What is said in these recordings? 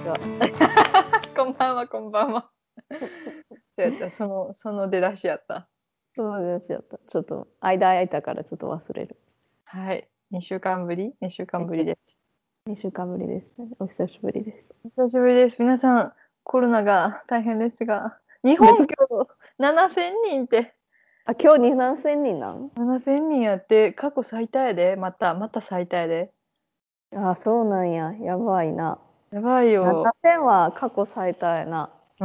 は。 こんばんは、こんばんは。そうやった、その出だしやった。 そうですやった。ちょっと間空いたからちょっと忘れる。 はい、2週間ぶり ?2 週間ぶりです。 2週間ぶりですね。お久しぶりです。 お久しぶりです。皆さん、コロナが大変ですが、日本今日7000人って、 あ、今日何千人なん？ 7000人やって、過去最多やで、また最多やで。 あ、そうなんや。やばいな。 やばいよ。 7000は過去最多やな。 うん、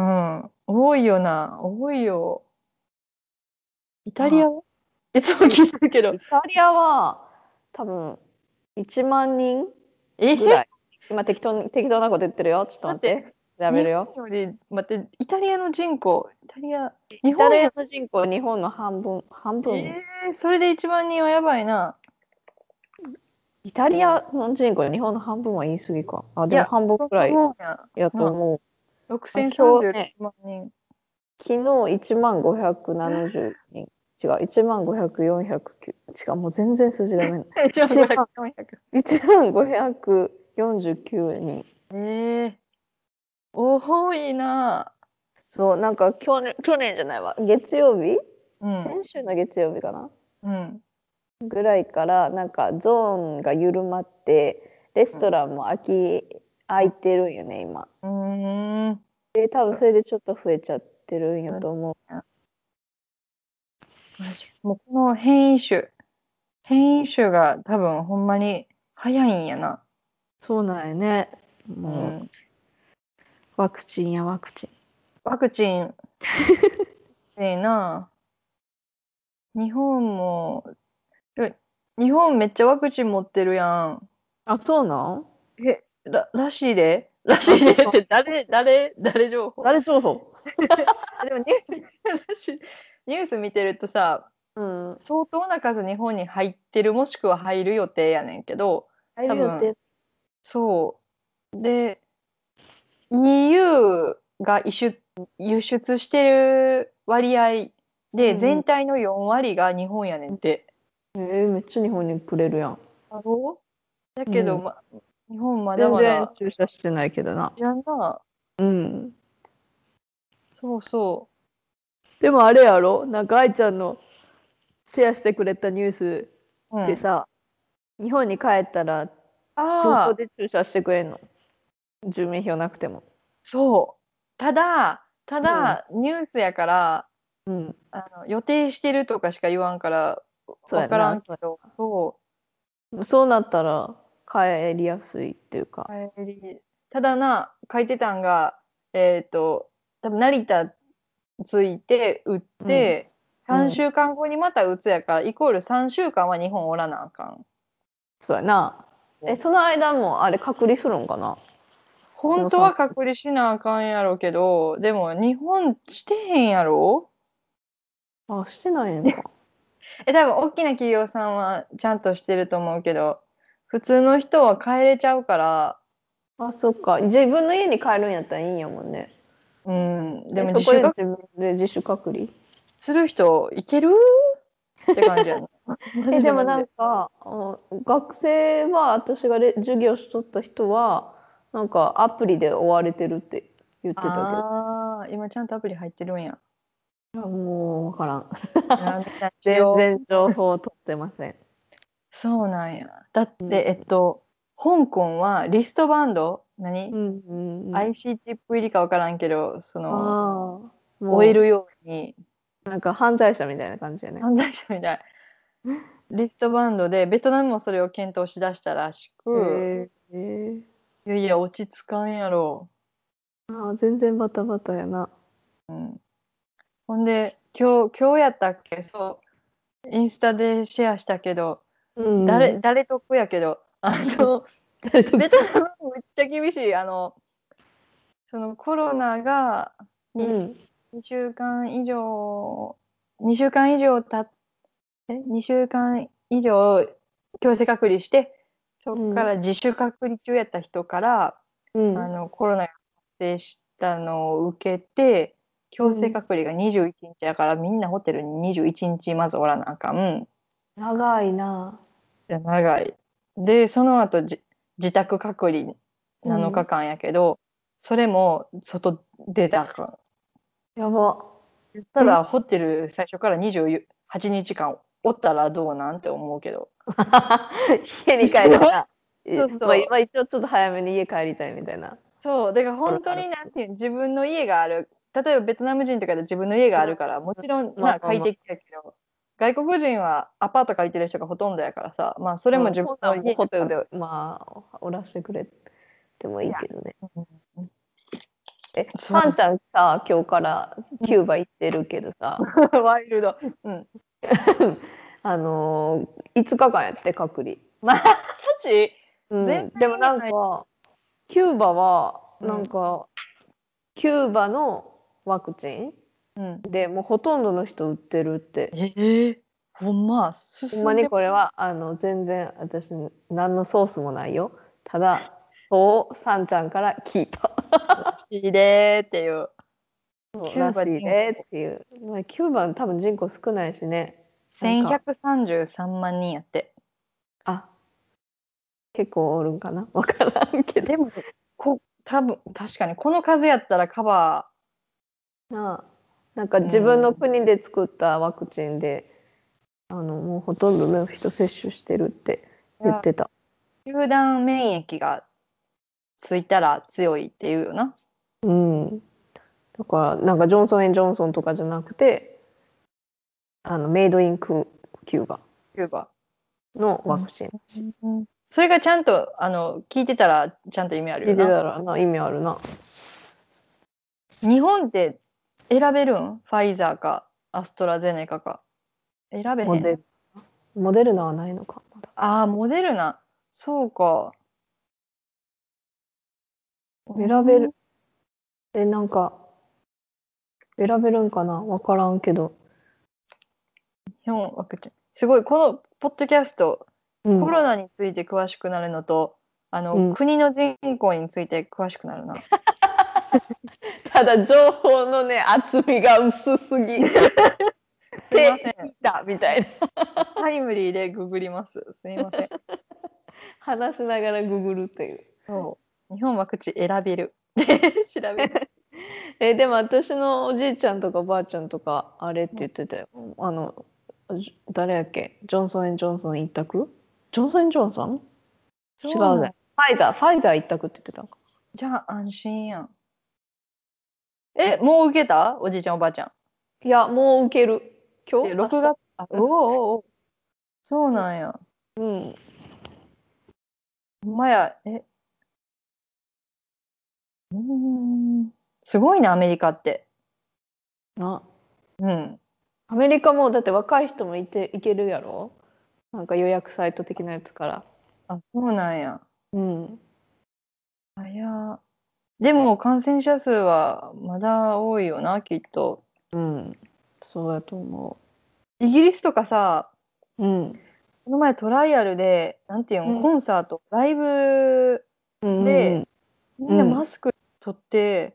多いよな、多いよ。イタリあ、 アはいつも聞いてるけど、 イタリアは多分1万人えぐらい。今適当なこと言ってるよ。ちょっと待って。調べ日るよ。 本より、待って、イタリアの人口、日イタリア本よの人口、日本の半分。 り、それで1万人はやばいな。 イタリアの人口、日本の半分は言い過ぎか。あ、 いや、 でも半分そうくらい思うややとな。 思う。あ、今日 6036 ね、 万人。 昨日1万570人。違う、1万500、409。違う、もう全然数字がない。 1万500、400。 1万549人。 多いな。 そう、なんか去年じゃないわ。月曜日、 うん。 先週の月曜日かなうん。 ぐらいから、なんかゾーンが緩まって、レストランも空いてるんよね、今。 うん。 で、多分それでちょっと増えちゃってるんやと思う。 もうこの変異種が多分ほんまに早いんやな。 そうなんやね。 うもう、 ん。 ワクチンやワクチン。 ワクチン、ええな。日本も、日本めっちゃワクチン持ってるやん。 あ、そうなん？ らしいで。らしあ、 いでそうなん。 って誰情報。 誰情報？ でもニュース見てるとさ、 うん。 相当な数日本に入ってるもしくは入る予定やねんけど、多分入る予定。 そうで EU が輸出してる割合でうんうん。 全体の4割が日本やねんて。 めっちゃ日本にくれるやん。 だろだけど、 うん。 日本まだ全まだ然注射してないけどな。 やんな。 うん。 そうそでもあれやろ、なんか愛ちゃんのシェアしてくれたニュースう。うん。 でさ、日本に帰ったら空港ああ、 で注射してくれんの？住民票なくても。 そう。たうん。 だ、ニュースやから、 うん。 予定してるとかしか言わんから、わからそうやな。 んけど、そそうなったら帰りやすいっていうか。 う、ただな、書いてたんが、えっと、多分成田着いて、打っうん。 て、3 うん。 週間後にまた打つやから、イコール3週間は日本おらなあかん。 そうやな。その間もあれ隔離するんかな？そのさん、 本当は隔離しなあかんやろけど、でも日本してへんやろ。 あ、してないんか。 多分大きな企業さんはちゃんとしてると思うけど、普通の人は帰れちゃうから、 あ、そっか。自分の家に帰るんやったらいいんやもんね。 うん、でもそこで自主学自分で自主隔離。 する人いけるって感じやな。マジでもなんでマジで。 か、学生は、私が授業しとった人は、なんかアプリで追われてるって言ってたけど。 ああ、今ちゃんとアプリ入ってるんや。 もうわからん。 いや、みんなし全よう。 然情報を取ってません。 そうなんや。だっうんて、香港はリストバンド、 うんうんうん。 IC チップ入りか分からんけど、 ああ、も終えるように、 う、なんか犯罪者みたいな感じやね。 犯罪者みたい。リストバンドで、ベトナムもそれを検討しだしたらしく、 えいやいや、落ち着かんやろ。 全然バタバタやな。 うん。ほんで、今日やったっけ、そう、インスタでシェアしたけど、 うん。 誰得やけど、 誰とベトナムめっちゃ厳しい。そのコロナがにうん。 2週間以上、2週間以上たっ2週間以上強制隔離して、そこかうん。 ら自主隔離中やった人から、 うん。 コロナが発生したのを受けて、強制うん。 隔離が21日やから、みんなホテルに21日まずおらなあかん。 長いな。 長い。で、その後自宅隔離7 うん。 日間やけど、 それも外出たから。 やば。 ただホテル最初から28日間おったらどうなんて思うけど。 家に帰ってな。まあ、 そうそう。 今一応ちょっと早めに家帰りたいみたいな。 そう、だからあるある。 本当になんていう自分の家がある。例えばベトナム人とかで自分の家があるから、もちろんなまあまあま快適やけど、外国人はアパート借りてる人がほとんどやからさ、まあそれあ、 も自分ほんならもうの家やから。 ホテルで、まあ、おらしてくれてもいや、 いいけどね。 うんそう、 さんちゃんさ、今日からキューバ行ってるけどさ、 ワイルド。うん。 5日間やって隔離。 マジ全然でもなん意味ない。 か、キューバは、 うん。 キューバのワクチンうん。 でもうほとんどの人売ってるって。 ほんま、 ほんま進んでにこれは全然私何のソースもないよ。ただそうさんちゃんから聞いた。 ますしでっていう。 そうキューらしいバ人口でっていう。まあ、キューバ多分人口少ないしね。なんか 1133万人やって。 あ結構おるんかなわからんけど。 でも、多分確かにこの数やったらカバなあなんかー、う自分のん。 国で作ったワクチンでもうほとんどの人接種してるっていや、 言ってた。 集団免疫がついたら強いっていうよな。 うん。だからなんかジョンソン・エン・ジョンソンとかじゃなくてメイドインキューバキューバ。 のうん。 ワクチン。 それがちゃんと聞いてたらちゃんと意味ある聞いてたよな。 らな、意味あるな。 日本って選べるん？ファイザーかアストラゼネカか。選べへん。 モデル、モデルナはないのか、まだ。 ああ、モデルナ。そうか。う選べる。 ん。 なんか、選べるんかなわからんけど。 日本ワクチン。すごい、このポッドキャスト、 うん。 コロナについて詳しくなるのと、 うん。 国の人口について詳しくなるな。 ただ、情報のね、厚みが薄すぎ。 すいません。 聞いたみたいな。 タイムリーでググります。すいません。 話しながらググるっていう。 そう。日本ワクチン選べる。で、調べる。 でも私のおじいちゃんとかおばあちゃんとか、あれって言ってたよ。誰やっけジョンソン・エン・ジョンソン一択ジョンソン・エン・ジョンソン違うぜ。 そうなん。 ファイザー一択って言ってたんか。 じゃあ安心やん。もう受けたおじいちゃんおばあちゃん。 いや、もう受ける。今日明 6 日月、おお、そうなんや。 うん。 ほんまや、すごいな、アメリカって。 な、 うん。 アメリカもだって若い人もいけるやろなんか予約サイト的なやつから。 あ、そうなんや。 うん。 でも感染者数はまだ多いよな、きっと。 うん。そうやと思イギリスとかさ、 う。うん。 この前トライアルで、なんていうの、 うん。 コンサート、ライブうんうで、 んみんなうん。 マスク取って、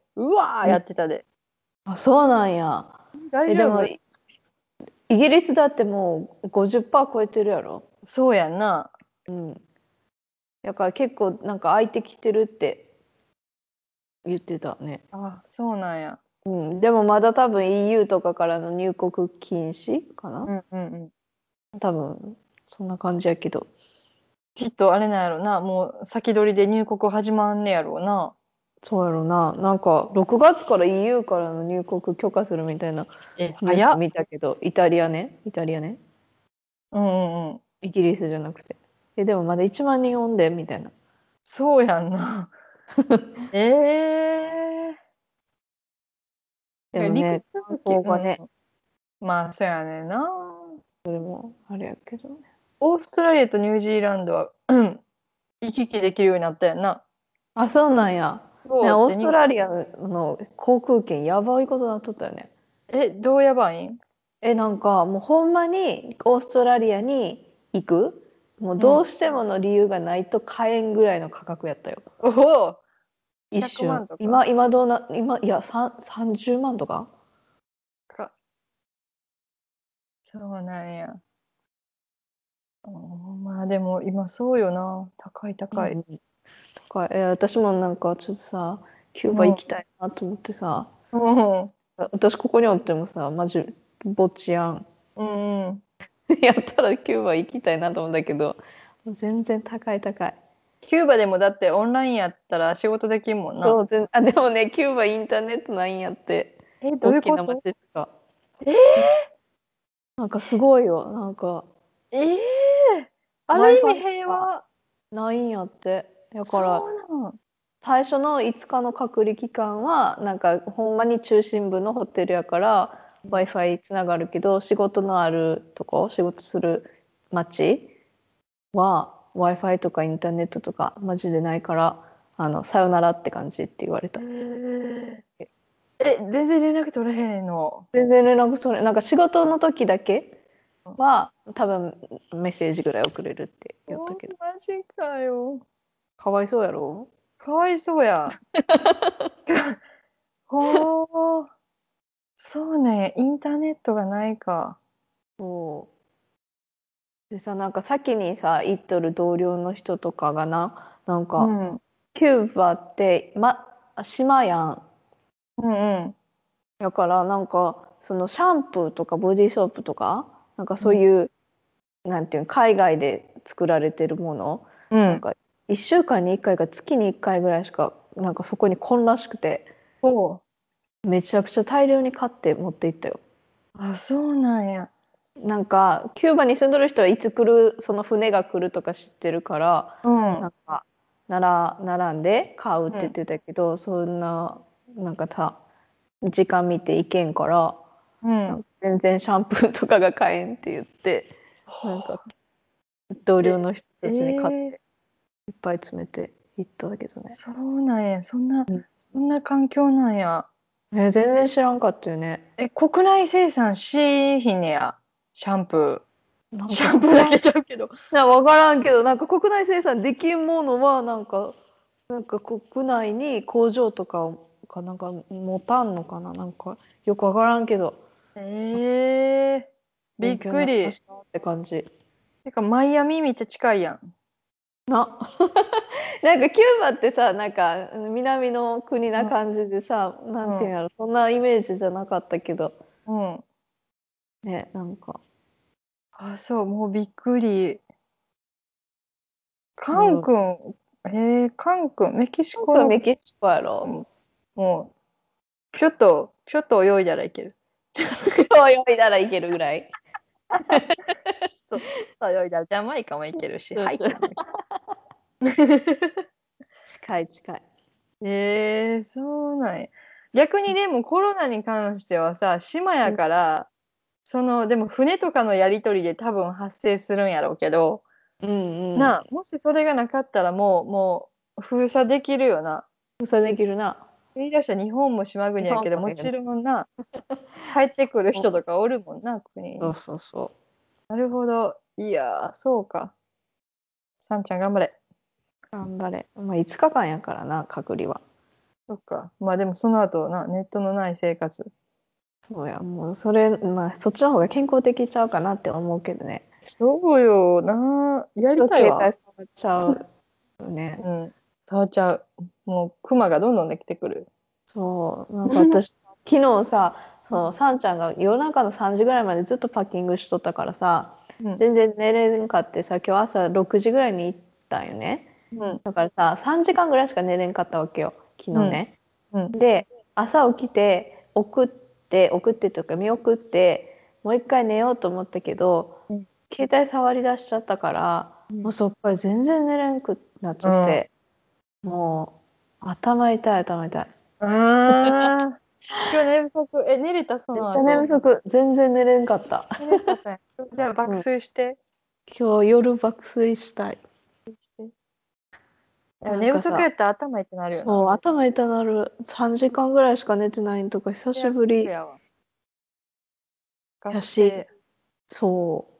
うわーうん。 やってたで。 あ、そうなんや。でも、 大丈夫？ イギリスだってもう50%超えてるやろそうやんな。 うん。だから結構なんか空いてきてるって言ってたね。 あ、そうなんや。 うん。でもまだ多分 EU とかからの入国禁止かなうんうんうん。 多分、そんな感じやけど。 きっとあれなんやろな。もう先取りで入国始まんねやろうな。 そうやろな。なんか、6月から EU からの入国許可するみたいなニュース早っ。 見たけど、イタリアね。イタリアね。 うんうんうん。 イギリスじゃなくて。でもまだ1万人おんで、みたいな。 そうやんな。え陸でもね、観続き、うん。 光がね、 まあ、そうやねんな。 それもあれやけどね。 オーストラリアとニュージーランドは、行き来できるようになったやんな。 あ、そうなんや。ね、オーそうってストラリアの航空券やばいことなっとったよね。 どうやばいん？ なんかもうほんまにオーストラリアに行くもううん。 どうしてもの理由がないと買えんぐらいの価格やったよ。 おお、100 一瞬。 万とか今どうな、いや、30万とかか。そうなんや。まあでも今そうよな。高い高い。 うん。とか、私もなんかちょっとさ、 キューバ行きたいなと思ってさ、 うん私ここにおってもさ、マジぼっちやん。 うんうん。 やったらキューバ行きたいなと思うんだけど、全然高い高い。 キューバでもだってオンラインやったら仕事できんもんな。 そう、でもね、キューバインターネットないんやって。 どういう大きなこと町しか。 えなんかすごいよ。なんか、 えある意 Wi-Fi 味平が和。 ないんやって。だかそら、 うなん。 最初の5日の隔離期間は、なんかほんまに中心部のホテルやから、Wi-Fi つながるけど、仕事のあるとこ、仕事する町は、Wi-Fi とかインターネットとかマジでないから、さよならって感じって言われた。 全然連絡取れへんの。 全然連絡取れなんか仕事の時だけは多分メッセージぐらい送れるって言ったけど。 マジかよ。 かわいそうやろ。 かわいそうや。ほー。そうね、インターネットがないか。 そうでさ、なんか先にさ行っとる同僚の人とかがなんか、 うん。 キューバって島やん。 うんうん。 だからなんかそのシャンプーとかボディーソープとかなんかそういう、なんていうの海外で作られてるもの、 うん。 なんか1週間に1回か月に1回ぐらいしかなんかそこに来んらしくて、 そめちゃくちゃ大量に買って持って行ったよ。 う。そうなんや。 なんかキューバに住んでる人はいつ来るその船が来るとか知ってるからうん。 なんか並んで買うって言ってたけど、そんななんか時間見ていけんから、 うん。 なんか全然シャンプーとかが買えんって言ってなんか同僚の人えたちに買ってー、 いっぱい詰めて行ったけどね。 そうなんや。そうん、 んな環境なんや。 全然知らんかったよね。 国内生産しひんねや。シャンプー。 なんシャンプーだか国内けちゃうけど。 分からんけどなんか国内生産できんものはなんか国内に工場とかなんか持たんのかな、なんかよく分からんけどびっ勉強になりまくり。 したって感じ。 てか、マイアミめっちゃ近いやん。 なんかキューバってさなんか南の国なうん。 感じでさ、なんていうんうん。 やろ、そんなイメージじゃなかったけどうん。 ね、なんかそう、もうびっくり。カンうん、 君、カン君、メキシなんコの、 かメキシコやろ。 うん、もう、ちょっと泳いだらいける。 泳いだらいけるぐらい。 そう、泳いだら、ジャマイカもいけるし、 そうそう、 ハイチもいける。 近い近い。 そうなんや。逆にでもコロナに関してはさ、島やから、でも船とかのやり取りで多分発生するんやろうけど、 うんうん。 もしそれがなかったらもう封鎖できるよな。 そうできるな。 言い出したら日本も島日国やけど、もち本もやる。 ろんな、帰ってくる人とかおるもんな、国に。 そうそうそなるほど。いやー、そうか。さんちゃん頑張れ。 う。頑張れ。まあ5日間やからな、隔離は。 そっか。まあでもその後な、ネットのない生活。 そうや、もうそれ、まあそっちの方が健康的ちゃうかなって思うけどね。 そうよな。やりたい携帯わ。 触っちゃうよね。 うん。触っちゃう。もう、クマがどんどんできてくる。 そう、なんか私、昨日さ、さんちゃんが夜中の3時ぐらいまでずっとパッキングしとったからさ、 うん。 全然寝れんかってさ、今日朝6時ぐらいに行ったんよね。 うん。 だからさ、3時間ぐらいしか寝れんかったわけよ、昨うん。 日ね。 うん。 で、朝起きて、送ってというか見送って、もう一回寝ようと思ったけど、 うん。 携帯触り出しちゃったから、 うん。 もうそっから全然寝れんくなっちゃうん。 って、もう頭痛い頭痛い。 今日寝不足。寝れたそめっちゃ寝不の後。 足、全然寝れんかった。 寝れたかい。じゃあ爆うん、 睡して。 今日夜爆睡したい。 でも寝不なんかさ、 足やったら頭痛くなるよな。 そう、頭痛なる。3時間ぐらいしか寝てないんとか久いや、 しぶりやわ。 やし、 学生。 そう、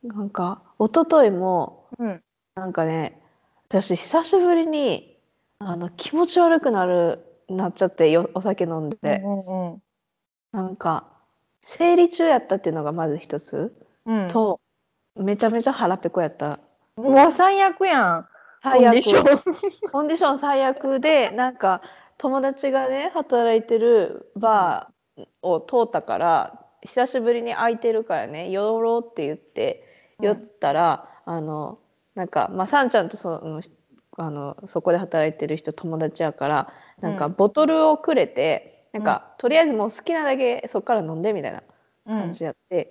なんか、一昨日も、 うん。 なんかね、私久しぶりに気持ち悪くなっちゃってお酒飲んうんで、 うんなんか生理中やったっていうのがまず一つうん。 と、めちゃめちゃ腹ペコやった。 もう最悪やん。コ最ンディショ悪、 ン。 コンディション最悪で、なんか友達がね働いてるバーを通ったから、久しぶりに空いてるからね寄ろうって言って寄ったら、なんかまあさんちゃんとそこで働いてる人友達やから、なんかボトルをくれて、なんかとりあえずもう好きなだけそっから飲んでみたいな感じやって、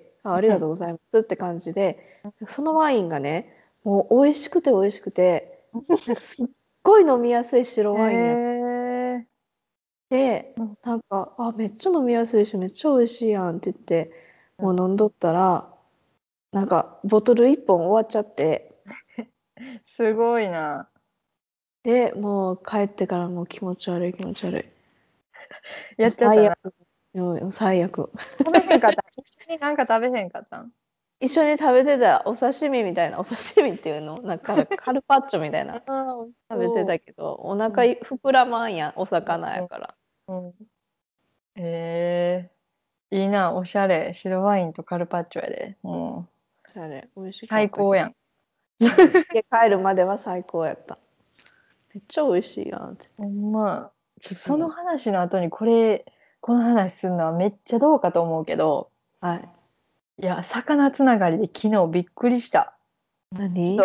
ありがとうございますって感じで、そのワインがねもう美味しくて美味しくて、すっごい飲みやすい白ワインやっへえ。 て、なんかめっちゃ飲みやすいしめっちゃ美味しいやんって言ってもう飲んどったら、なんかボトル1本終わっちゃって、 すごいな。 でもう帰ってからもう気持ち悪い気持ち悪い。 やっちゃったな。 最悪。最悪。 食べへんかったん？一緒になんか食べへんかったん？ 一緒に食べてたお刺身みたいな、お刺身っていうのなんかカルパッチョみたいなああ、美味し食べてそたけど、おう。 腹膨らまんやん、お魚やから。 うん。へえ、いいな、おしゃれ。白ワインとカルパッチョやで。もそれ美味しう、 かったけど、 最高やん。 家帰るまでは最高やった。めっちゃ美味しいやんって。 ほんま。その話の後にこの話するのはめっちゃどうかと思うけど、 はい。 いや、魚つながりで昨日びっくりした。 何？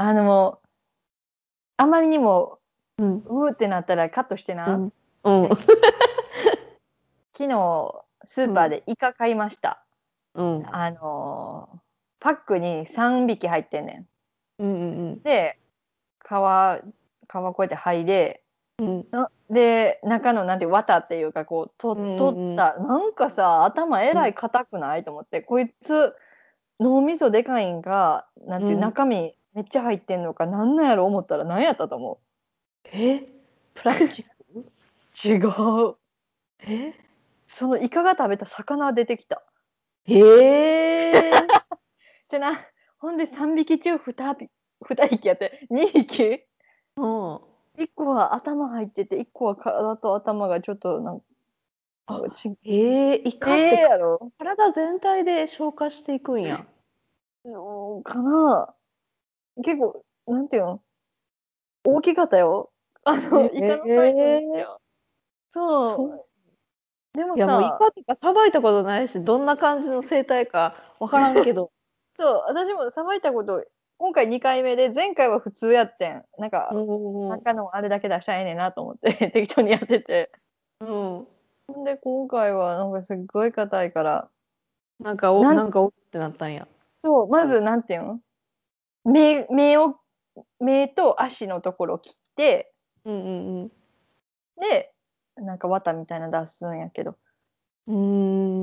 あまりにも、 うん。 うーってなったらカットしてな。 うん。うん。 昨日、スーパーでイカ買いました。 うん。 パックに3匹入ってんねうんうんん。で、皮こうやって剥いで、 うん。 で、中のなんて綿っていうかこう取った、なんかさ、頭えらい硬くないと思って、こいつ脳みそでかいんか、なんていう中身めっちゃ入ってんのか、なんなんやろ思ったら何やったと思プラスチック？ う？違う。 えそのイカが食べた魚出てきた。 えじゃな、ほんで3匹中2匹やって2匹うん。 1個は頭入ってて1個は体と頭がちょっとあ、 ちイカってやろ？ 体全体で消化していくんや。 かな。結構なんていうの、大きかったよ。イカのサイズにしてえは。 そう。 そう。でもいやもうイさ、 カとかさばいたことないし、どんな感じの生態かわからんけど。 そう、私もさばいたこと、今回2回目で、前回は普通やってん。なんうか、 ん中のあれだけ出したらええねんなと思って適当にやってて。 うん。 んで、今回はなんかすっごい硬いから、 ななんんかおってなったんや。 と、まずなんていうの、目と足のところを切って、 うんで、なんか綿みたいなの出すんやけど。 うん。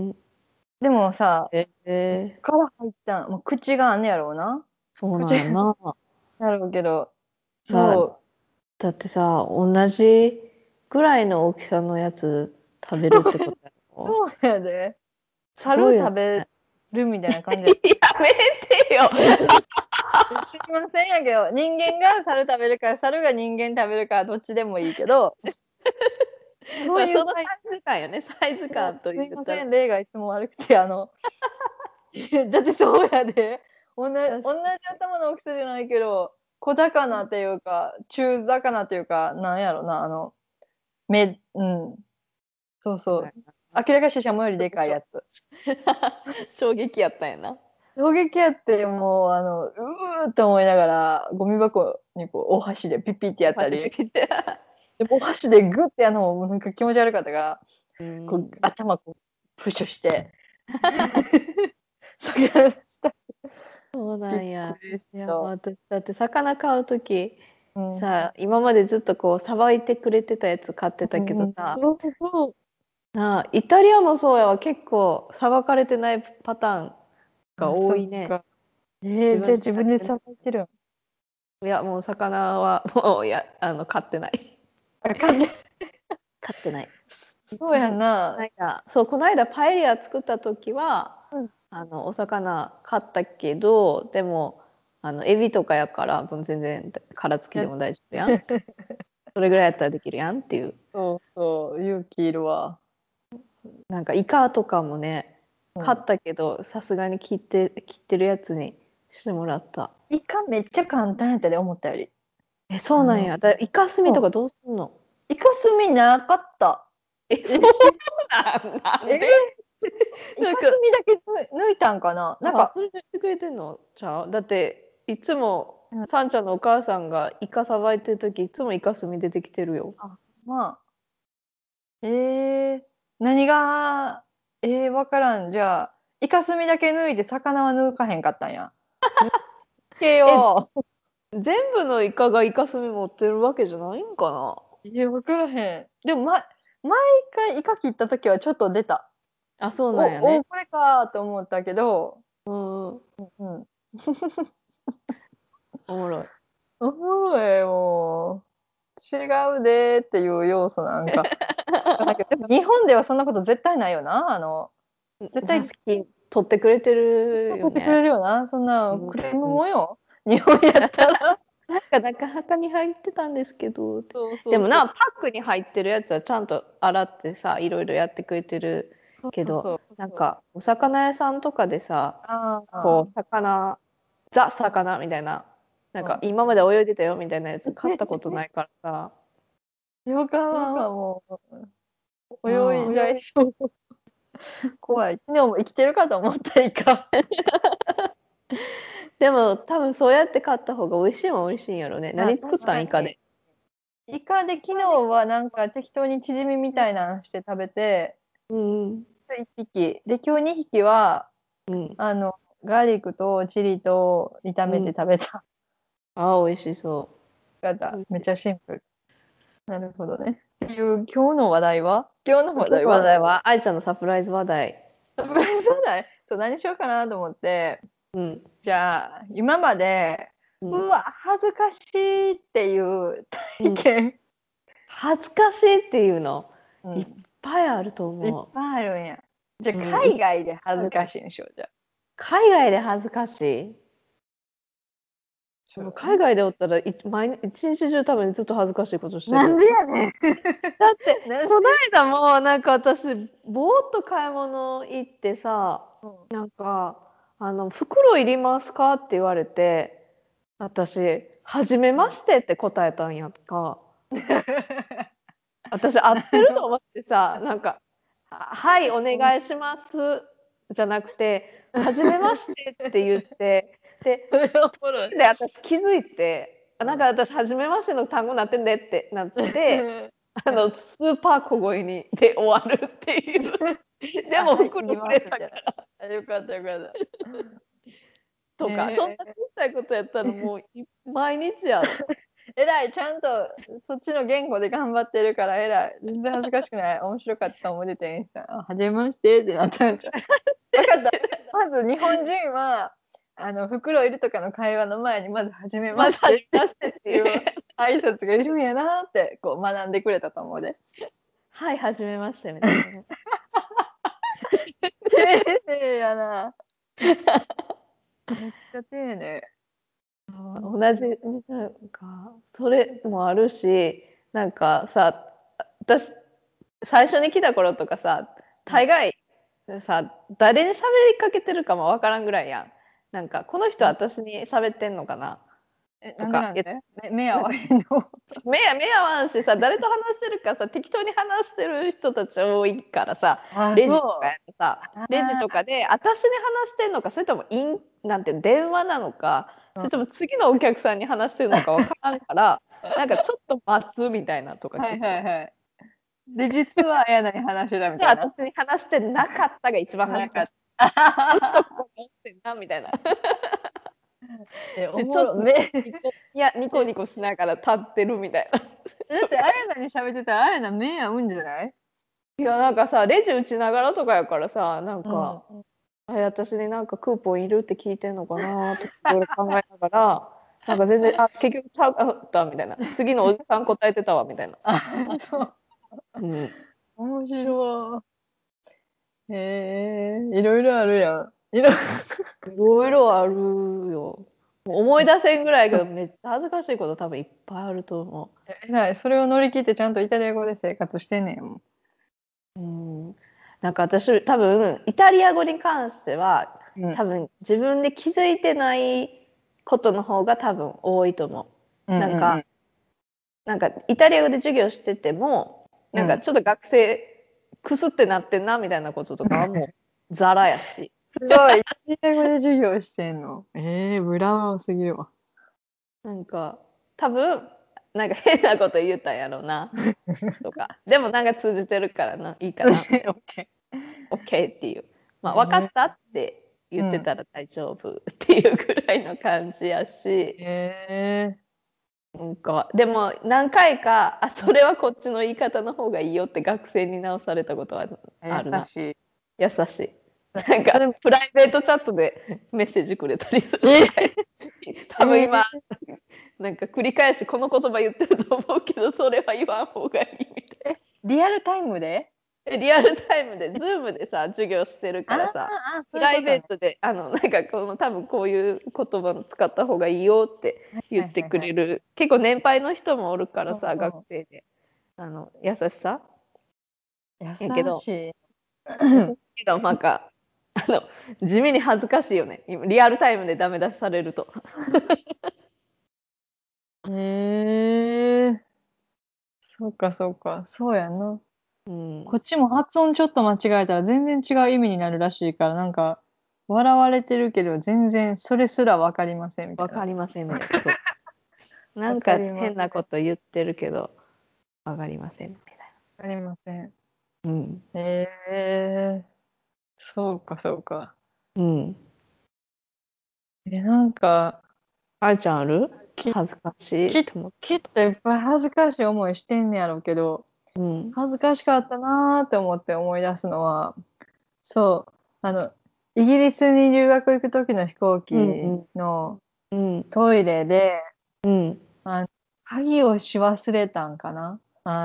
でもさ、 えから入ったん、もう口があんねやろうな。 そうなん口やな。 なるけど、 だ、 そだってさ、同じぐらいの大きさのやつ食べるってことやう、 ろ？ そうやで。猿すごいよ食べね。 るみたいな感じや。 やめてよ。 すいませんやけど、人間が猿食べるか、猿が人間食べるかどっちでもいいけど、そういうそのサイズ感よね、サイズ感とすい言ったら。 ません、例がいつも悪くて、だってそうやで。同じ頭の大きさじゃないけど、小魚っていうか、中魚っていうか、なんやろな、うん、そうそう。明らかししゃもよりでかいやつ。 衝撃やったんやな。 衝撃やって、もう、って思いながら、ゴミ箱にこう、お箸でピッピってやお箸でったり、 きて。 でもお箸でグッてやるのもなんか気持ち悪かったから、 うこう、 ん。 頭こう、プッシュして、そげらした。 そうなびっんや。 くりしいや、もうた。 私だって魚買うときうん。 さ、今までずっとこう、さばいてくれてたやつ買ってたけうんうん、 どさ、 そうそう。 イタリアもそうやわ、結構さばかれてないパターンがあ、そっ多いね。 か。じゃあ自分で自分でさやってない。 ばいてるん？ いや、もう魚はもう買ってない。 あかんね。 買ってない。 そうやんな。 この間パエリア作った時は、 うん。 お魚買ったけど、でも、エビとかやから、もう全然殻付きやでも大丈夫やん。それぐらいやったらできるやんっていう。 そうそう、勇気いるわ。 なんかイカとかもね、 うん。 買ったけど、さすがに切ってるやつにしてもらった。 イカめっちゃ簡単やったで、思ったより。 そうあの、 なんや。イカスミそう、 とかどうすんの？ イカスミなかった。 そうなんえ、 でイカなんか、 スミだけ抜いたんかな。なんか、 それで言ってくれてんのちゃうだって、いつも、 うん、 サンちゃんのお母さんがイカさばいてるとき、いつもイカスミ出てきてるよ。 あ、まあ、何が、わからん。じゃあ、イカスミだけ抜いて魚は抜かへんかったんや。抜けえ、 よ全部のイカがイカスミ持ってるわけじゃないんかな。 う。わからへん。でも、毎回イカ切った時はちょっと出た。 あ、そうなんやね。 これかと思ったけど、 うん、おうん。 もろい。 おもろい、もう。違うでーっていう要素なんか。でも日本ではそんなこと絶対ないよな。絶対好き、取ってくれてる取ってくれよね。 るよな。そんうなクレームん、 もよ。日本やったら。 なんか中墓に入ってたんですけど、 そうそうそう。 でもな、パックに入ってるやつはちゃんと洗ってさ、いろいろやってくれてるそうけど、 そうそう。 なんかお魚屋さんとかでさ、 ああ。 こうザ魚みたいな、なんかう今まで泳いでたよみたいなやつ買ったことないからさ、 ん。よかはもう泳いじゃあいそう。怖い。昨日も生きてるかと思ったイカ。 でも多分そうやって買った方が美味しいもん美味しいんやろね。 まあ何作っ確かに。 たんイカで。 イカで昨日はなんか適当にチヂミみたいなのして食べて、 うん 1匹。で、今日2匹は、 うんあの、ガーリックとチリと炒めてうん。 食べた。 ああ、美味しそ方。 う。 めっちゃシンプル。なるほどね。っていう今日の話題は今日の今日の話話題は題は愛ちゃんのサプライズ話題。 サプライズ話題そう、何しようかなと思って、 うんじゃあ、今まで、 うん恥ずかしいっていううん。 体験、 恥ずかしいっていうのいっうん、 ぱいあるといっ思ぱいあるんや。じゃあ、 う。うん、 海外で恥ずかしいにしよう、じゃあ。 海外で恥ずかしい。でも海そう外でおったら毎日一日中多分ずっと恥ずかしいことしてなんる。 でやねん。 だってなんで、 この間もなんか私ぼーっと買い物行ってさ、なんか「袋いりますか?」って言われて、私「はじめまして」って答えたんやんか。私合ってると思ってさ、なんか「はいお願いします」じゃなくて「はじめまして」って言って、でそれおもろい。 で私気づいて、なんか私「はじめまして」の単語なってんでってなって、スーパー小声にで終わるっていう。でもはい、い袋りますみたいくれたからな。よかったよかった。 とか、そんな小さいことやったらもう毎日やろ。 えらい、ちゃんとそっちの言語で頑張ってるからえらい。全然恥ずかしくない。面白かった思い出てんした。はじめましてってなったんじゃん。わかった。まず日本人は、袋いるとかの会話の前に、まずはじめまず「はましてじめまして」っっていうて。 挨拶がいるんやなって、こう学んでくれたと思うで。 はい、はじめましてみたいなね。 丁寧やな。めっちゃ丁寧。面同じ、 白い。 なんかそれもあるし、なんかさ、私最初に来た頃とかさ、 うん、 大概さ、誰に喋りかけてるかもわからんぐらいやん。なんかこの人うん、 私に喋ってんのかなとなんでか、 なんで目合なんかわへんの。 目合わんしさ、誰と話してるかさ、適当に話してる人たち多いからさ、 あ、 レジとかそやとさ、 う。 レジとかで私に話してんのか、それともなんて電話なのか、それとも次のお客さんに話してるのかわからんから、なんかちょっと待つみたいなとかはい結構。 はいはい。で、実は綾菜に話してたみで、 たいな。 私に話してなかったが一番恥なんか、 ずかしい。ずっとここにおってんなみたいな。 おで、ちょっともろ、 ニコニコしながら立ってるみたいな。 だって綾菜に喋ってたら綾菜目合うんじゃない？ いや、なんかさ、レジ打ちながらとかやからさ、なんうん。 か、私になんかクーポンいるって聞いてんのかなとかいろいろ考えながら、なんか全然、結局ちゃうかったみたいな。次のおじさん答えてたわみたいな。 あ、そう。 うん。 面白い。いろいろあるやん。いろいろ。 いろいろあるよ。もう思い出せんぐらいやけど、めっちゃ恥ずかしいこと多分いっぱいあると思えらい。それを乗り切ってちゃんとイタリア語で生活してんねんもん。 う。うん。なんか私、多分、イタリア語に関しては、 うん。 多分自分で気づいてないことの方が多分多いと思う。 うんうんなんか、 なんかイタリア語で授業しててもなんかちょっと学生クスってなってんなみたいなこととかはもうザラやし。 すごい。イタリア語で授業してんの。ブラウンすぎるわ。 なんか多分なんか変なこと言ったんやろうなとかでもなんか通じてるからないいかなオッケ OK っていう、まあ、分かー。 ったって言ってたら大丈夫っていうぐらいの感じやし、 へなんかでも何回かそれはこっちの言い方の方がいいよって学生に直されたことはあるな。 優しい。 優しい。なんかそれも、 プライベートチャットでメッセージくれたりするくらい多分今、なんか繰り返しこの言葉言ってると思うけどそれは言わん方がいいみたいリアルタイムでな。リアルタイムで Zoom でさ授業してるからさプライベートでなんかこの多分こういう言葉の使った方がいいよって言ってくれる、結構年配の人もおるからさ、学生で優しさやけど優しい。 けどなんか地味に恥ずかしいよね今リアルタイムでダメ出しされると。 へえ。そうかそうか。そうやな。 うん、 こっちも発音ちょっと間違えたら全然違う意味になるらしいから、なんか、笑われてるけど全然それすら分かりませんみたいな。 わかりませんみたいな。そうな分んかかります。 変なこと言ってるけどわかりませんみたい分かりません。 な。うん。 へえ。そうかそうか。 うん。 なんか、 あるちゃんあるき恥ずかしいきと思っきっといっぱい恥ずかしい思いしてんねやろうけど、 た。うん。 恥ずかしかったなーって思って思い出すのは、そう、イギリスに留学行く時の飛行機うんうんのうんトイレで、 うんあ鍵をし忘れたんかな。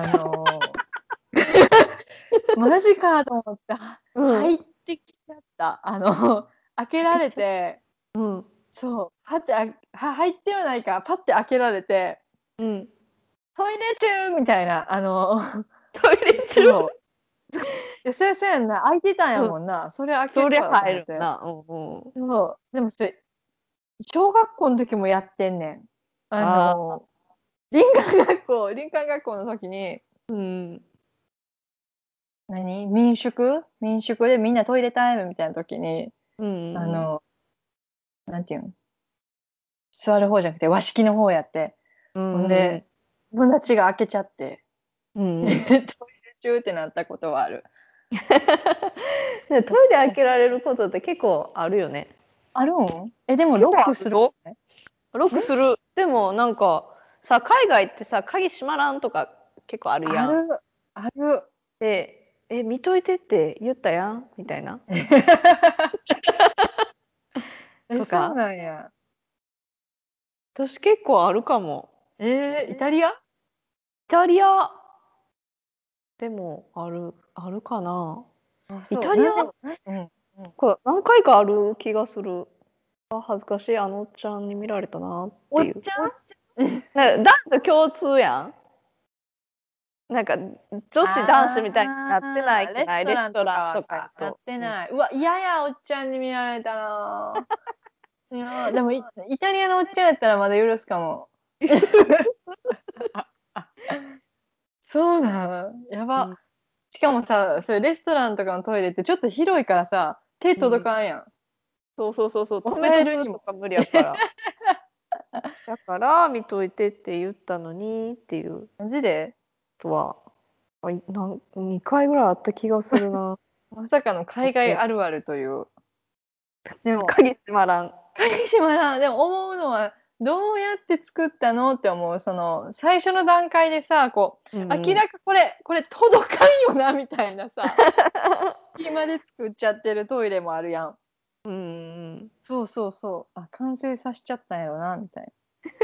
マジかと思って、 うん入ってきちゃった。開けられて、 うんそう、入ってはないか、パッて開けられて、 うん。 トイレ中みたいな、 トイレ中。 そう。先生な、開いてたんやうん。 もんな。それ開けそりゃるわと思って。 入るな。うんうん。 そう。でもそれ、小学校の時もやってんねん。 ああ。 林間学校の時に、 うん。 民宿でみんなトイレタイムみたいな時に、 うんなんていうん、座る方じゃなくて和式の方やって、ほんうんで、友達が開けちゃって、 うんうん。 トイレ中ってなったことはある。 でトイレ開けられることって結構あるよね。 あるん？でも結構あロックするるよ。 ね。 ロックする。でもなんかさ海外ってさ鍵閉まらんとか結構あるやん。 ある、ある。 で見といてって言ったやんみたいなとそうかなんや。 私結構あるかも。 イタリア？ イタリアでもあるかな。イそう。 タリアうん。 これ何回かある気がする。恥ずかしいあのおっちゃんに見られたなっていう。 おっちゃん？ 男女共通やん。なんか女子男子みたいになってないくレスないレストランとかトランとかはやっやと。 てない。うわ、嫌や、おっちゃんに見られたら。いや、でもイタリアのおっちゃんやったらまだ許すかも。そうなん、やば。 うん、 しかもさ、それレストランとかのトイレってちょっと広いからさ、手うん、 届かんやん。 そうそうそうそう止モめとバイルにも。 くとか無理やからだから見といてって言ったのにっていうマジで？ とは2回ぐらいあった気がするな。 まさかの海外あるあるという。でも、 鍵閉まらん。 影島な、でも思うのは、どうやって作ったのって思う。その、最初の段階でさ、こう、 うんうん、 明らかこれ届かんよな、みたいなさ、隙間で作っちゃってるトイレもあるやん。 うんうん、 そうそうそう。完成させちゃったんやろな、みたい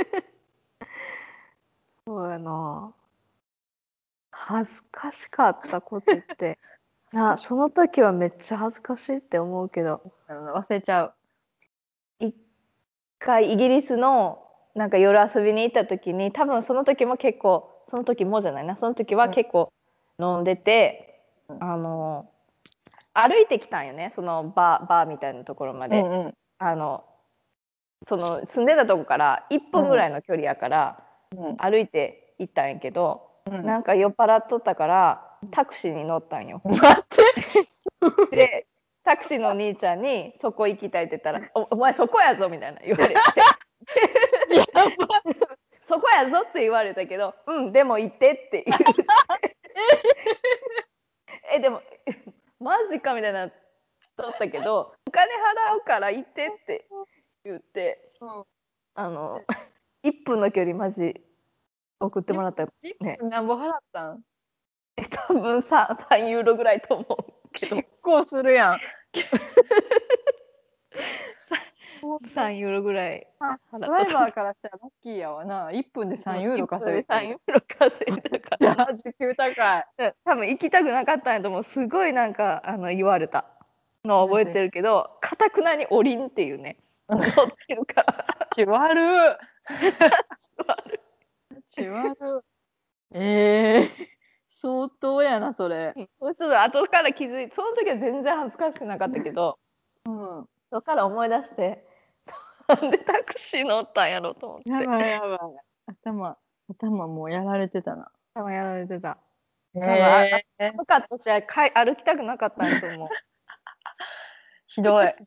そうやな。恥ずかしかったことってな。 その時はめっちゃ恥ずかしいって思うけど忘れちゃう。 一回イギリスのなんか夜遊びに行った時に多分その時も結構その時もじゃないなその時は結構飲んでて、 うん、 歩いてきたんよねそのバーみたいなところまで、 うんうん、 その住んでたとこから1分ぐらいの距離やから、 うん、 歩いて行ったんやけど、 うんなんか酔っ払っとったからタクシーに乗ったんよ。 待ってでタクシーのお兄ちゃんに「そこ行きたい」って言ったら「お前そこやぞ」みたいな言われてやばそこやぞって言われたけど「うん、でも行って」って言ってでもマジかみたいなとったけど「お金払うから行って」って言ってうん 1分の距離マジ送ってもらったよね。 何ぼ払ったん？ 多分3ユーロぐらいと思うけど結構するやん。 3ユーロぐらいドライバーからしたらラッキーやわな。1分で3ユーロ稼ぐ。 3ユーロ稼いだかじゃらあ時給高い。 多分行きたくなかったんやと思う。すごいなんか言われたのを覚えてるけどかたくなに降りんっていうね乗ってるからち悪ち悪相当やなそれ。 ちょっと後から気づいてその時は全然恥ずかしくなかったけどうん。 そこから思い出してなんでタクシー乗ったんやろと思ってやばいやばい。頭もうやられてたな。 多分やられてた。多分へえ。 寒かったし歩きたくなかったんやと思う。 ひどい。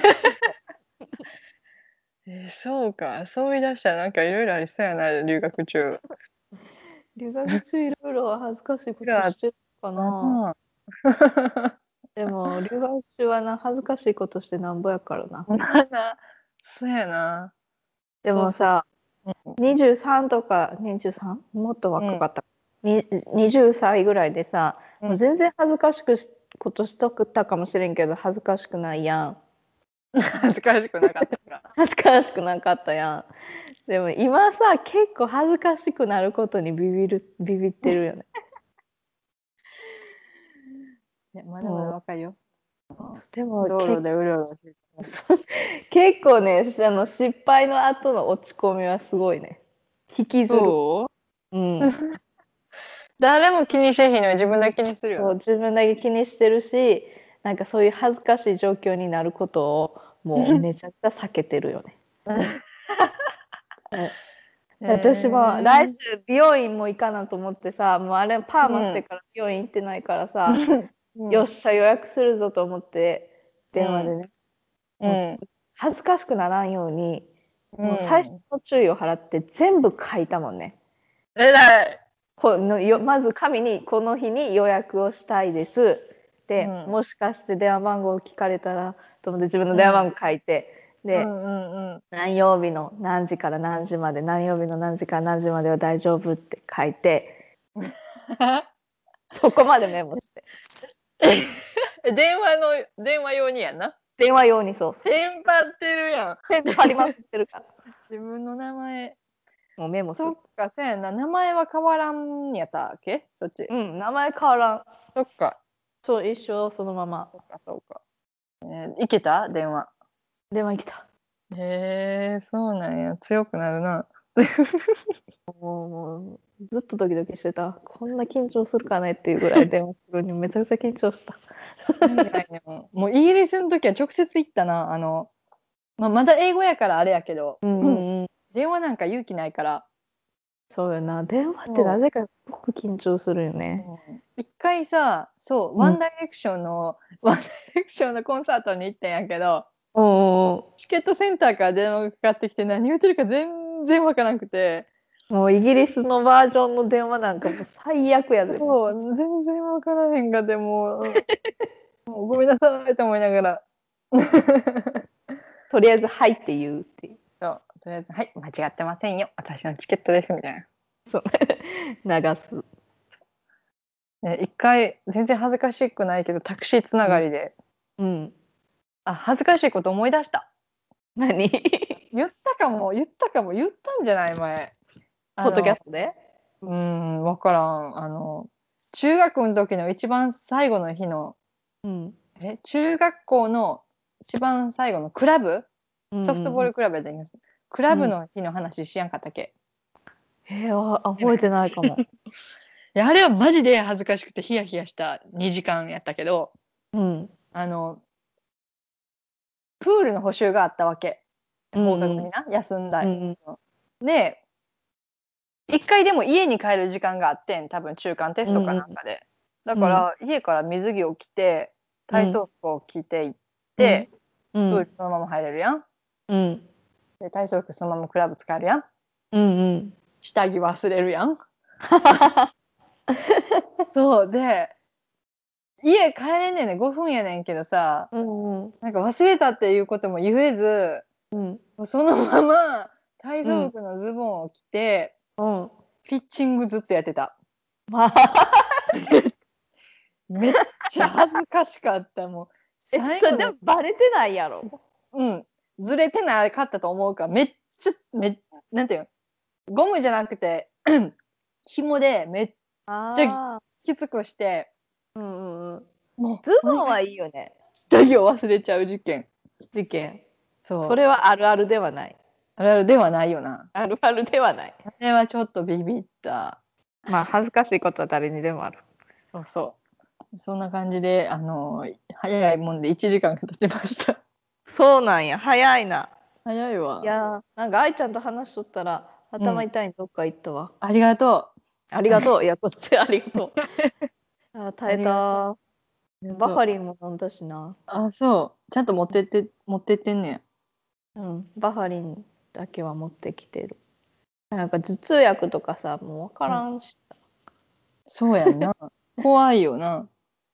そうか。そう言い出したらなんかいろいろありそうやな、留学中。 留学中いろいろ恥ずかしいことしてるかな。でも留学中はな恥ずかしいことしてなんぼやからな。 そうやな。 でもさそう 23とか 23? もっと若かった、20歳ぐらいでさ、もう全然恥ずかしくことしとくったかもしれんけど恥ずかしくないやん。 恥ずかしくなかったから。 恥ずかしくなかったやん。でも今さ結構恥ずかしくなることにビビってるよね。 いやまだまだ若いよ。 でも道路でうろうろしてる。 結構ね失敗の後の落ち込みはすごいね。引きずる。 そううん。 誰も気にしてへんのに自分だけ気にするよな。 自分だけ気にしてるしなんかそういう恥ずかしい状況になることをもうめちゃくちゃ避けてるよね。私も来週美容院も行かなと思ってさもうあれパーマしてから美容院行ってないからさ、よっしゃ予約するぞと思って電話でね、恥ずかしくならんように、もう最初の注意を払って全部書いたもんね。 偉い。 まず紙にこの日に予約をしたいですで、もしかして電話番号を聞かれたらと思って自分の電話番号書いて、で、何曜日の何時から何時まで何曜日の何時から何時までは大丈夫って書いてそこまでメモして電話用にやな。 電話用にそうテンパってるやん。 テンパりまくってるから自分の名前もうメモする。 そっかそうやな。名前は変わらんやったっけそっち。 名前変わらん。 そっかそう一生そのまま。 そうか。いけた電話いけた。 へえそうなんや。強くなるな。 もうずっとドキドキしてた。こんな緊張するかねっていうぐらい電話するにめちゃくちゃ緊張した。 もうイギリスの時は直接行ったな。まだ英語やからあれやけど、電話なんか勇気ないから。 そうよな。電話ってなぜかすごく緊張するよね。 一回さワンダイレクションのコンサートに行ったんやけど、チケットセンターから電話がかかってきて何言ってるか全然わからなくて、 もうイギリスのバージョンの電話なんかもう最悪やで。 そう全然わからへんがでもうごめんなさいと思いながらとりあえず「はい」って言うっていう。 そうとりあえず「はい間違ってませんよ私のチケットです」みたいな。 そう流す。 一回全然恥ずかしくないけどタクシーつながりで、恥ずかしいこと思い出した。 何言ったんじゃない前ポッドキャストで分からん。中学の時の一番最後の日の、中学校の一番最後のクラブ、ソフトボールクラブでクラブの日の話しやんかったっけ？ 覚えてないかも。 いやあれはマジで恥ずかしくてヒヤヒヤした2時間やったけど、プールの補習があったわけ。放課後にな休んだ。で一回でも家に帰る時間があってん、多分中間テストかなんかで。だから家から水着を着て体操服を着て行って、プールそのまま入れるやん。で体操服そのままクラブ使えるやん。下着忘れるやん。そうで家帰れんねんね、5分やねんけどさ、なんか忘れたっていうことも言えず、そのまま体操服のズボンを着て、ピッチングずっとやってた。めっちゃ恥ずかしかった。もう最後でもバレてないやろ。 ずれてなかったと思うから、めっちゃなんていうの、ゴムじゃなくて紐でめっちゃきつくして、 もうズボンはいいよね。 下着を忘れちゃう事件。 それはあるあるではない。 あるあるではないよな。 あるあるではない。 あれはちょっとビビった。 まあ恥ずかしいことは誰にでもある。 そんな感じで早いもんで1時間が経ちました。 そうなんや、早いな。 早いわ。 いやなんか愛ちゃんと話しとったら頭痛いにどっか行ったわ。 ありがとう。 ありがとう。いやこっちありがとう。耐えた。バファリンも飲んだしな。 そう。ちゃんと持ってってんねん。バファリンだけは持ってきてる。なんか頭痛薬とかさ、もう分からんし。 そうやんな。怖いよな。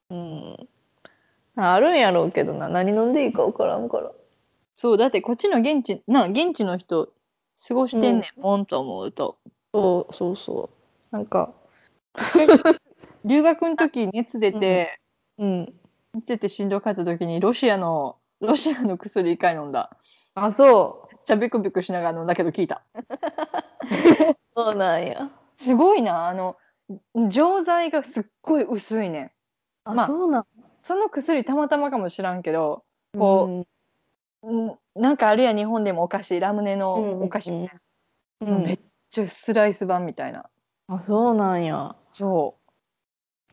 あるんやろうけどな、何飲んでいいか分からんから。 そう、だってこっちの現地の人過ごしてんねんもんと思うと。 そう。なんか留学の時熱出て、熱出てしんどかった時にロシアの薬一回飲んだ。 そう。 めっちゃビクビクしながら飲んだけど効いた。 そうなんや。 すごいな、錠剤がすっごい薄いねん。 そうなん。 その薬たまたまかもしらんけど、こう、なんかあるや日本でもお菓子、ラムネのお菓子みたいな。めっちゃスライス版みたいな。 そうなんや。 そう。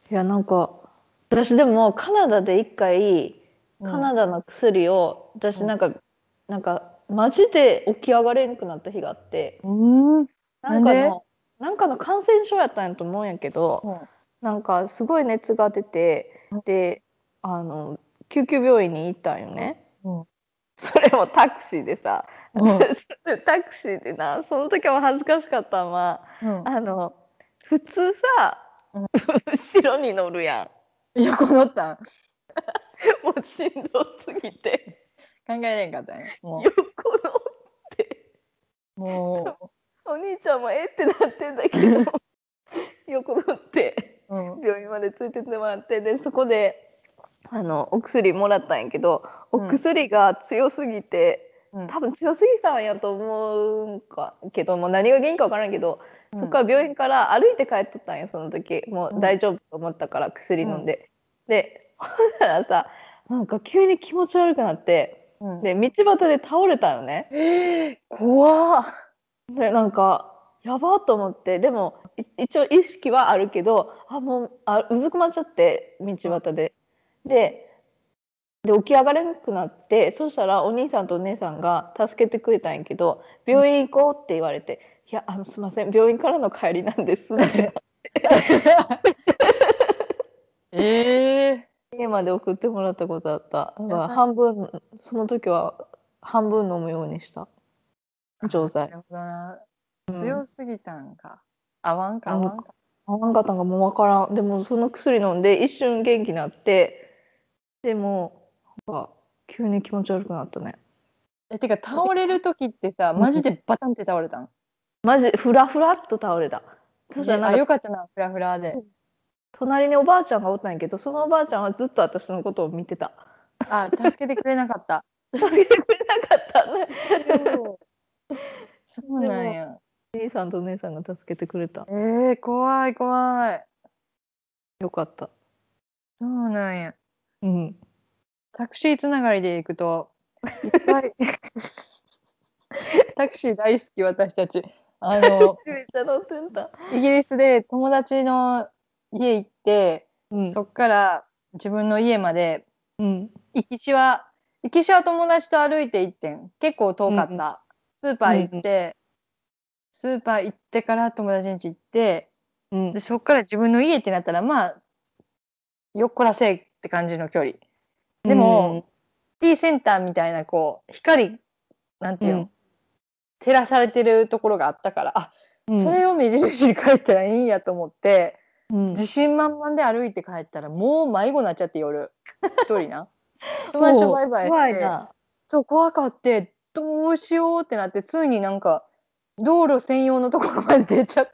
いやなんか私でもカナダで一回カナダの薬を私なんかマジで起き上がれんくなった日があって、なんかの感染症やったんやと思うんやけど、なんかすごい熱が出て、で救急病院に行ったんよね。それもタクシーでさ、タクシーでな、その時は恥ずかしかったまま、普通さ、後ろに乗るやん。横乗ったんもうしんどすぎて考えれんかったんや。 横乗ってもうお兄ちゃんもってなってんだけど横乗って病院まで連れてってもらって、でそこでお薬もらったんやけど、お薬が強すぎて、多分強すぎたんやと思うんかけども、何が原因か分からんけど、そこから病院から歩いて帰っとったんよその時。もう大丈夫と思ったから薬飲んで、でほんならさ、なんか急に気持ち悪くなって、で道端で倒れたよね。 怖っ。 でなんかやばっと思って、でも一応意識はあるけど、もううずくまっちゃって道端で。で起き上がれなくなって、そしたらお兄さんとお姉さんが助けてくれたんやけど、病院行こうって言われて、いやすいません病院からの帰りなんですって家まで送ってもらったことあった。だから半分、その時は半分飲むようにした錠剤。 強すぎたんか。合わんかったんかもう分からん。でもその薬飲んで一瞬元気になって、でもなんか急に気持ち悪くなったね。 てか倒れる時ってさ、マジでバタンって倒れたん？ マジフラフラっと倒れた。そしたらなんかよかったな、フラフラで。 隣におばあちゃんがおったんやけど、そのおばあちゃんはずっと私のことを見てた。 助けてくれなかった。 助けてくれなかったね。 そうなんや。 お兄さんとお姉さんが助けてくれた。 怖い怖い。 よかった。 そうなんや。 うんタクシーつながりで行くといっぱいタクシー大好き私たち。 めっちゃ乗ってた。 イギリスで友達の家行って、そっから自分の家まで、行きしは友達と歩いて行ってん。結構遠かった。スーパー行って、 スーパー行ってから友達ん家行って、 うんでそっから自分の家ってなったらまあよっこらせいって感じの距離。でも、シティセンターみたいなこう光なんていうの、照らされてるところがあったから、あ、それを目印に帰ったらいいんやと思って、自信満々で歩いて帰ったらもう迷子になっちゃって夜一人な友達とバイバイ怖して、 いな。 そう怖かってどうしようってなって、ついになんか道路専用のところまで出ちゃって、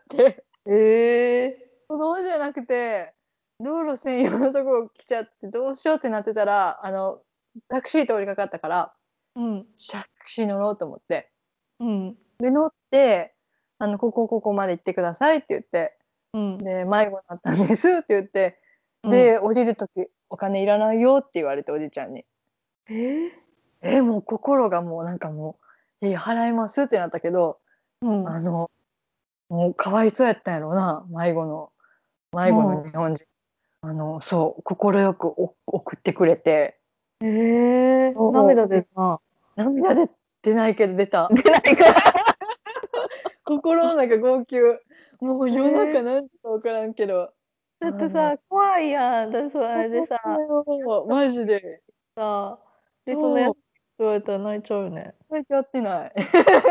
歩道じゃなくて道路専用のところ来ちゃってどうしようってなってたら、タクシー通りかかったから、タクシー乗ろうと思って、で乗ってここまで行ってくださいって言って、で迷子になったんですって言って、で降りる時お金いらないよって言われて、おじちゃんに。もう心がもうなんかもう払いますってなったけど、もうかわいそうやったんやろうな、迷子の日本人。そう快く送ってくれて、 涙出るな。 涙出ないけど出た。 出ないか。 心の中号泣。もう夜中何時か分からんけど。 だってさ、怖いやん。だってそれでさ、 マジで。 さ、で、そのやつ言われたら泣いちゃうよね。 泣いちゃってない。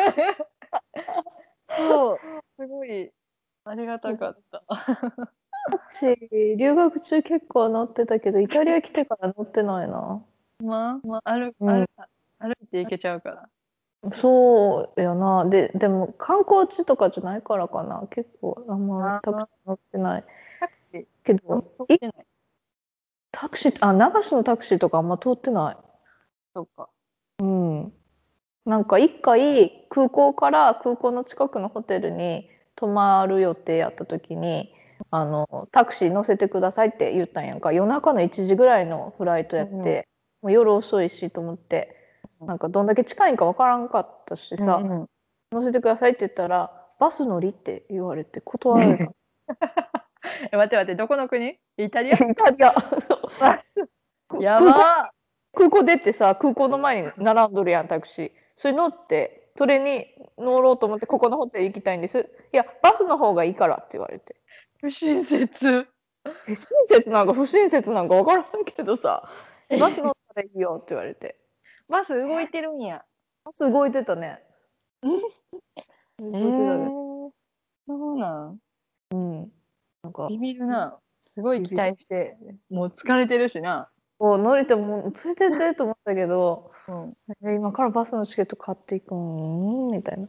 そう、すごいありがたかった。 私、留学中結構乗ってたけど、イタリア来てから乗ってないな。 歩いて行けちゃうから。 そうやな。でも観光地とかじゃないからかな。結構あんまタクシー乗ってない。けど、タクシー、流しのタクシーとかあんま通ってない。 そうか。 なんか一回空港の近くのホテルに泊まる予定やった時に、タクシー乗せてくださいって言ったんやんか。夜中の1時ぐらいのフライトやって、もう夜遅いしと思って、なんかどんだけ近いんかわからんかったしさ、乗せてくださいって言ったらバス乗りって言われて断られた。 待ってどこの国？イタリア？ イタリア。そうやば空港出てさ、空港の前に並んどるやん、タクシー。それ乗って、それに乗ろうと思って、ここのホテル行きたいんです。いや、バスの方がいいからって言われて。 不親切。 親切なんか不親切なんか分からんけどさ、バス乗ったらいいよって言われて。 バス動いてるんや。 バス動いてたね。 そうなん。 なんかビビるな。すごい期待して、もう疲れてるしな。 乗れても連れてってと思ったけど、今からバスのチケット買っていくんみたいな。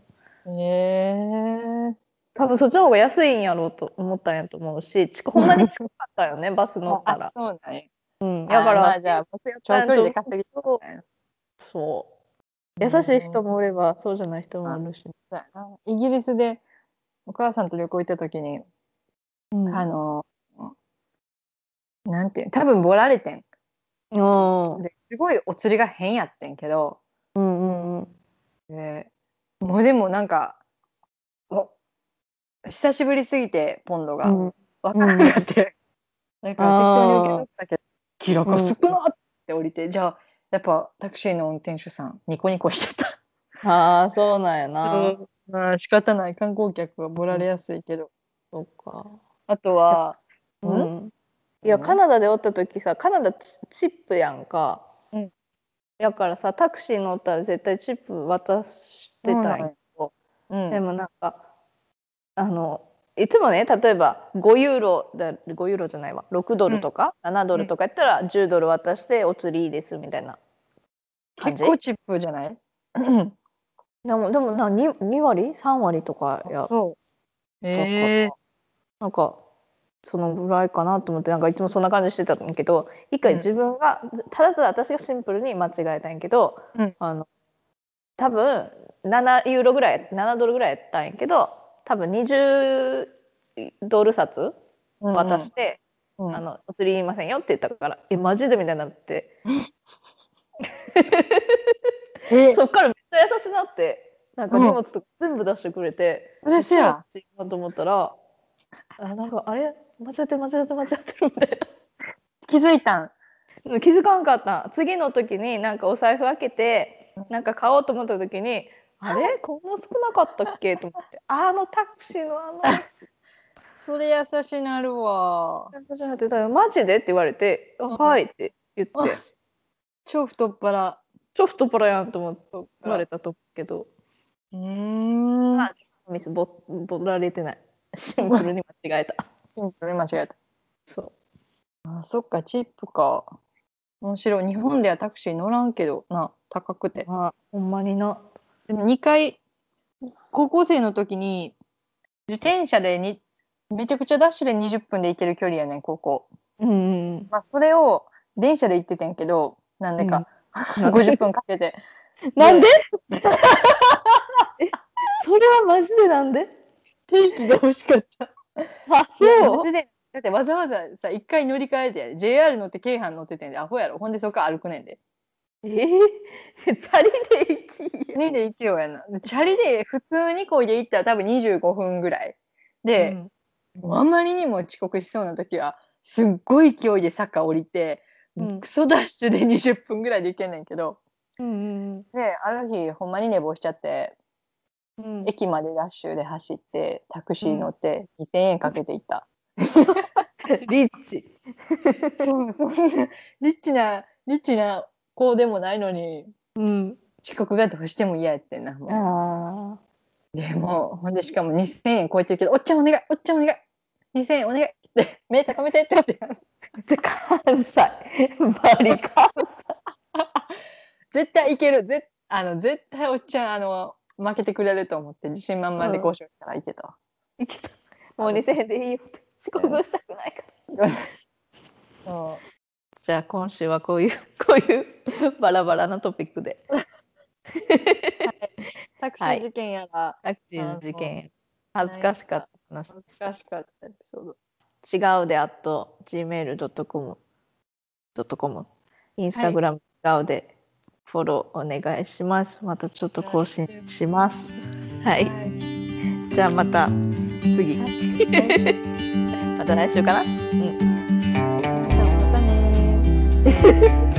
多分そっちの方が安いんやろうと思ったんやと思うし、ほんまに近かったよね、バス乗ったら。 そうだね。 だから、 じゃあ長距離で稼ぎとそう。優しい人もおれば、そうじゃない人もいるし。 イギリスでお母さんと旅行行った時に、なんていう、多分ボラれてん。ですごいお釣りが変やってんけど、もうでもなんか久しぶりすぎてポンドが分からなかった。だから適当に受け取ったけど、記録少なって降りて、じゃあやっぱタクシーの運転手さんニコニコしてた。 そうなんやな。 まあ仕方ない、観光客はボラれやすいけど。 そうか。 あとは、 いや、カナダでおった時さ、カナダチップやんか。だからさ、タクシー乗ったら絶対チップ渡してたんやけど、でもなんかいつもね、例えば5ユーロじゃないわ、6ドルとか7ドルとかやったら10ドル渡してお釣りいいですみたいな感じ。 結構チップじゃない？ でも2割3割とかやったから、なんかそのぐらいかなと思って、なんかいつもそんな感じしてたんやけど、一回自分がただ私がシンプルに間違えたんやけど、多分7ユーロぐらい7ドルぐらいやったんやけど、多分20ドル札渡して、お釣り言いませんよって言ったから、マジでみたいになってそっからめっちゃ優しくなって、なんか荷物とか全部出してくれて、 嬉しいやと思ったら、なんかあれ間違ってるみたいな。 気づいたん？ 気づかんかった。次の時になんかお財布開けてなんか買おうと思った時に、 あれこんな少なかったっけと思って、あのタクシーのそれ優しなるわ。 マジでって言われて、はいって言って、 超太っ腹。 超太っ腹やんと思って言われたと思うけど、ミスぼられてない。シンプルに間違えた。 シンプルに間違えた。 そう。 あ、そっか、チップか。面白い。日本ではタクシー乗らんけどな、高くて。 ほんまにな。 でも2回、高校生の時に自転車でめちゃくちゃダッシュで20分で行ける距離やねん、高校。まあ、それを電車で行っててんけど、なんでか、50分かけて。 なんでそれはマジでなんで？ 定期が欲しかった。 あ、そう。 だってわざわざさ、1回乗り換えて、JR 乗って京阪乗っててんで、アホやろ。ほんでそこから歩くねんで。 チャリで行き。 チャリで行けよやな。チャリで普通にこいで行ったら多分25分ぐらい。で、あまりにも遅刻しそうな時は、すっごい勢いで坂降りて、クソダッシュで20分ぐらいで行けんねんけど、で、ある日、ほんまに寝坊しちゃって、駅までダッシュで走って、タクシー乗って2000円かけて行った。 リッチ。 そんなリッチな子でもないのに、遅刻がどうしても嫌やってんな。もうでも、ほんでしかも2000円超えてるけど、おっちゃんお願い、おっちゃんお願い、2000円お願いって、目高めてって言って。 関西。バリ関西。 絶対いける。絶対おっちゃん、負けてくれると思って自信満々で交渉したらいけた。 いけた。もう2000円でいいよって。遅刻したくないから。じゃあ今週はこういうバラバラなトピックで。 タクシー事件やら。 タクシーの事件。恥ずかしかった話。 恥ずかしかったエピソード。 違うで@gmail.com。インスタグラム違うでフォローお願いします。またちょっと更新します。はい。じゃあまた次。また来週かな。 じゃあまたね